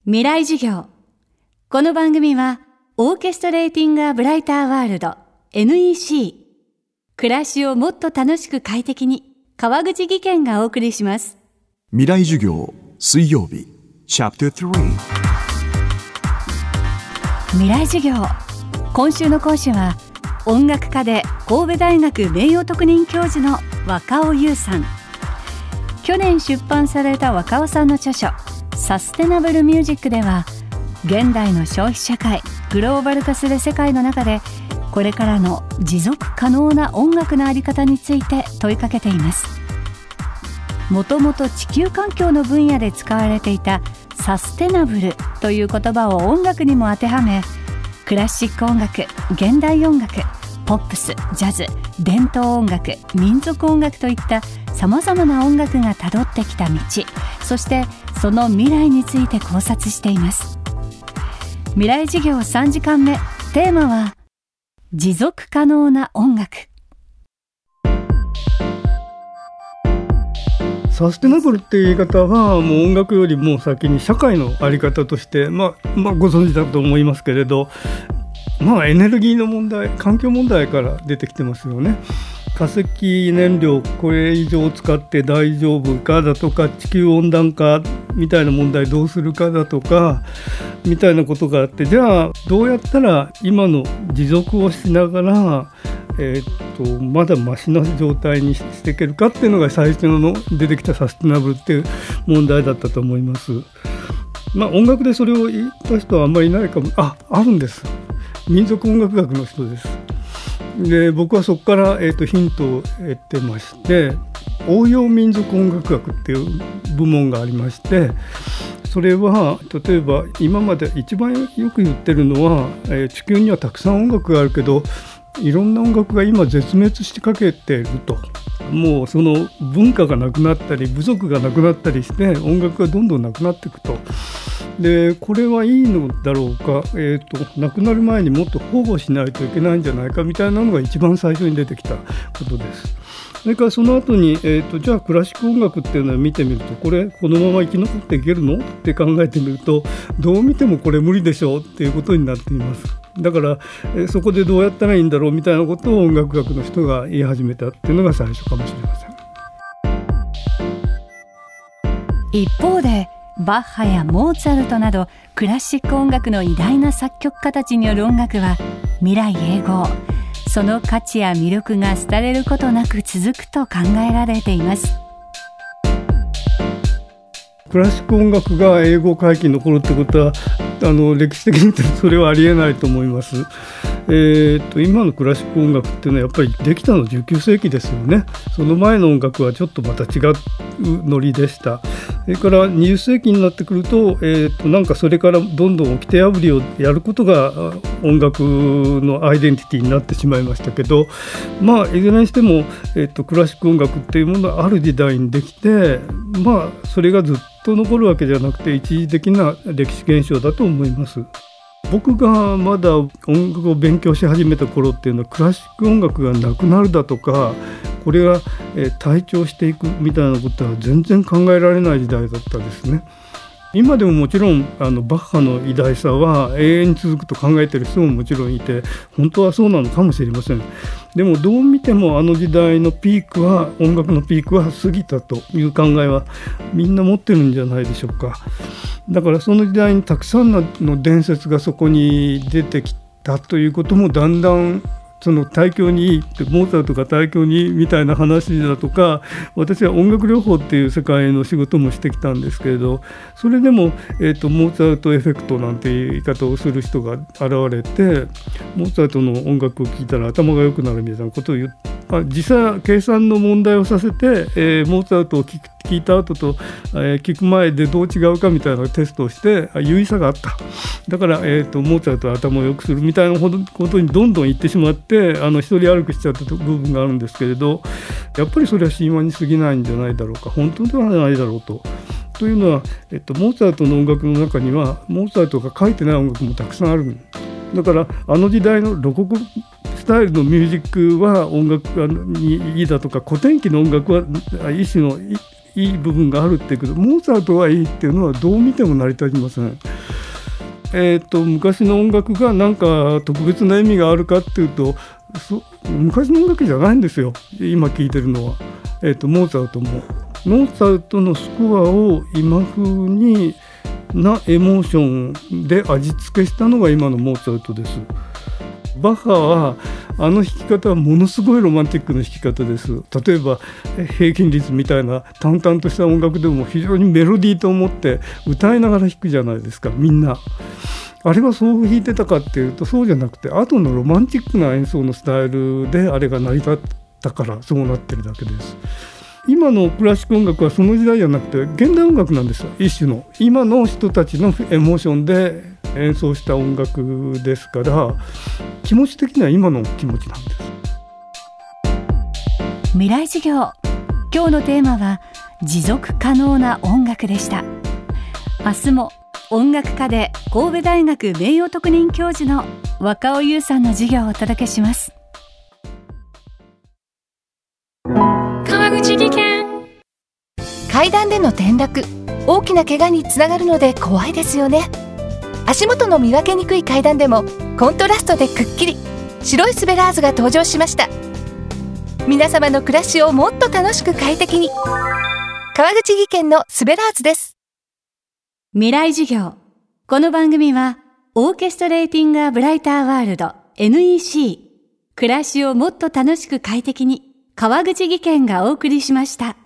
未来授業。この番組はオーケストレーティング・ア・ブライター・ワールド NEC 暮らしをもっと楽しく快適に川口義賢がお送りします。 未来授業水曜日チャプター3 未来授業。今週の講師は音楽家で神戸大学名誉特任教授の若尾優さん。去年出版された若尾さんの著書サステナブルミュージックでは、現代の消費社会、グローバル化する世界の中でこれからの持続可能な音楽のあり方について問いかけています。もともと地球環境の分野で使われていたサステナブルという言葉を音楽にも当てはめ、クラシック音楽、現代音楽、ポップス、ジャズ、伝統音楽、民族音楽といったさまざまな音楽がたどってきた道、そしてその未来について考察しています。未来授業3時間目、テーマは持続可能な音楽。 サステナブルっていう言い方はもう音楽よりも先に社会の在り方として、ご存知だと思いますけれど、エネルギーの問題、環境問題から出てきてますよね。化石燃料これ以上使って大丈夫かだとか、地球温暖化みたいな問題どうするかだとかみたいなことがあって、じゃあどうやったら今の持続をしながらまだマシな状態にしていけるかっていうのが最初の出てきたサステナブルっていう問題だったと思います。音楽でそれを言った人はあんまりいないかも。あるんです。民族音楽学の人です。で、僕はそこから、ヒントを得てまして、応用民族音楽学っていう部門がありまして、それは例えば今まで一番よく言ってるのは、地球にはたくさん音楽があるけどいろんな音楽が今絶滅しかけていると、もうその文化がなくなったり部族がなくなったりして音楽がどんどんなくなっていくと。で、これはいいのだろうか、なくなる前にもっと保護しないといけないんじゃないかみたいなのが一番最初に出てきたことです。それからその後に、じゃあクラシック音楽っていうのを見てみると、このまま生き残っていけるのって考えてみると、どう見てもこれ無理でしょうっていうことになっています。だから、そこでどうやったらいいんだろうみたいなことを音楽学の人が言い始めたっていうのが最初かもしれません。 一方でバッハやモーツァルトなどクラシック音楽の偉大な作曲家たちによる音楽は未来永劫、その価値や魅力が廃れることなく続くと考えられています。 クラシック音楽が永劫回帰に残るってことは歴史的にそれはありえないと思います。今のクラシック音楽っていうのはやっぱりできたの19世紀ですよね。その前の音楽はちょっとまた違うノリでした。それから20世紀になってくると、なんかそれからどんどん掟破りをやることが音楽のアイデンティティになってしまいましたけど、いずれにしても、クラシック音楽っていうものがある時代にできて、それがずっと残るわけじゃなくて一時的な歴史現象だと思います。僕がまだ音楽を勉強し始めた頃っていうのは、クラシック音楽がなくなるだとか、これが退潮していくみたいなことは全然考えられない時代だったですね。今でももちろんバッハの偉大さは永遠に続くと考えている人ももちろんいて、本当はそうなのかもしれません。でもどう見ても時代のピークは、音楽のピークは過ぎたという考えはみんな持ってるんじゃないでしょうか。だからその時代にたくさんの伝説がそこに出てきたということも、だんだんその大教にいいって、モーツァルトが大教にいいみたいな話だとか、私は音楽療法っていう世界の仕事もしてきたんですけれど、それでも、モーツァルトエフェクトなんていう言い方をする人が現れて、モーツァルトの音楽を聴いたら頭が良くなるみたいなことを言って、実際計算の問題をさせて、モーツァルトを聴いた後と、聴く前でどう違うかみたいなテストをして優位差があった。だから、モーツァルトは頭を良くするみたいなことにどんどん言ってしまって、一人歩きしちゃった部分があるんですけれど、やっぱりそれは神話に過ぎないんじゃないだろうか、本当ではないだろうと。というのは、モーツァルトの音楽の中にはモーツァルトが書いてない音楽もたくさんある。だから時代のロココスタイルのミュージックは音楽にいいだとか、古典期の音楽は一種のいい部分があるっていうけど、モーツァルトがいいっていうのはどう見ても成り立ちません。昔の音楽がなんか特別な意味があるかっていうと、昔の音楽じゃないんですよ、今聴いてるのは。モーツァルトもモーツァルトのスコアを今風になエモーションで味付けしたのが今のモーツァルトです。バッハはあの弾き方はものすごいロマンティックな弾き方です。例えば平均率みたいな淡々とした音楽でも非常にメロディーと思って歌いながら弾くじゃないですか、みんな。あれはそう弾いてたかっていうとそうじゃなくて、後のロマンチックな演奏のスタイルであれが成り立ったからそうなってるだけです。今のクラシック音楽はその時代じゃなくて現代音楽なんですよ。一種の今の人たちのエモーションで演奏した音楽ですから、気持ち的には今の気持ちなんです。 未来授業、今日のテーマは持続可能な音楽でした。明日も音楽家で神戸大学名誉特任教授の若尾優さんの授業をお届けします。 川口技研。階段での転落、大きな怪我につながるので怖いですよね。足元の見分けにくい階段でもコントラストでくっきり白いスベラーズが登場しました。皆様の暮らしをもっと楽しく快適に、川口技研のスベラーズです。 未来授業、この番組はオーケストレーティング・ア・ブライター・ワールド NEC、 暮らしをもっと楽しく快適に、川口技研がお送りしました。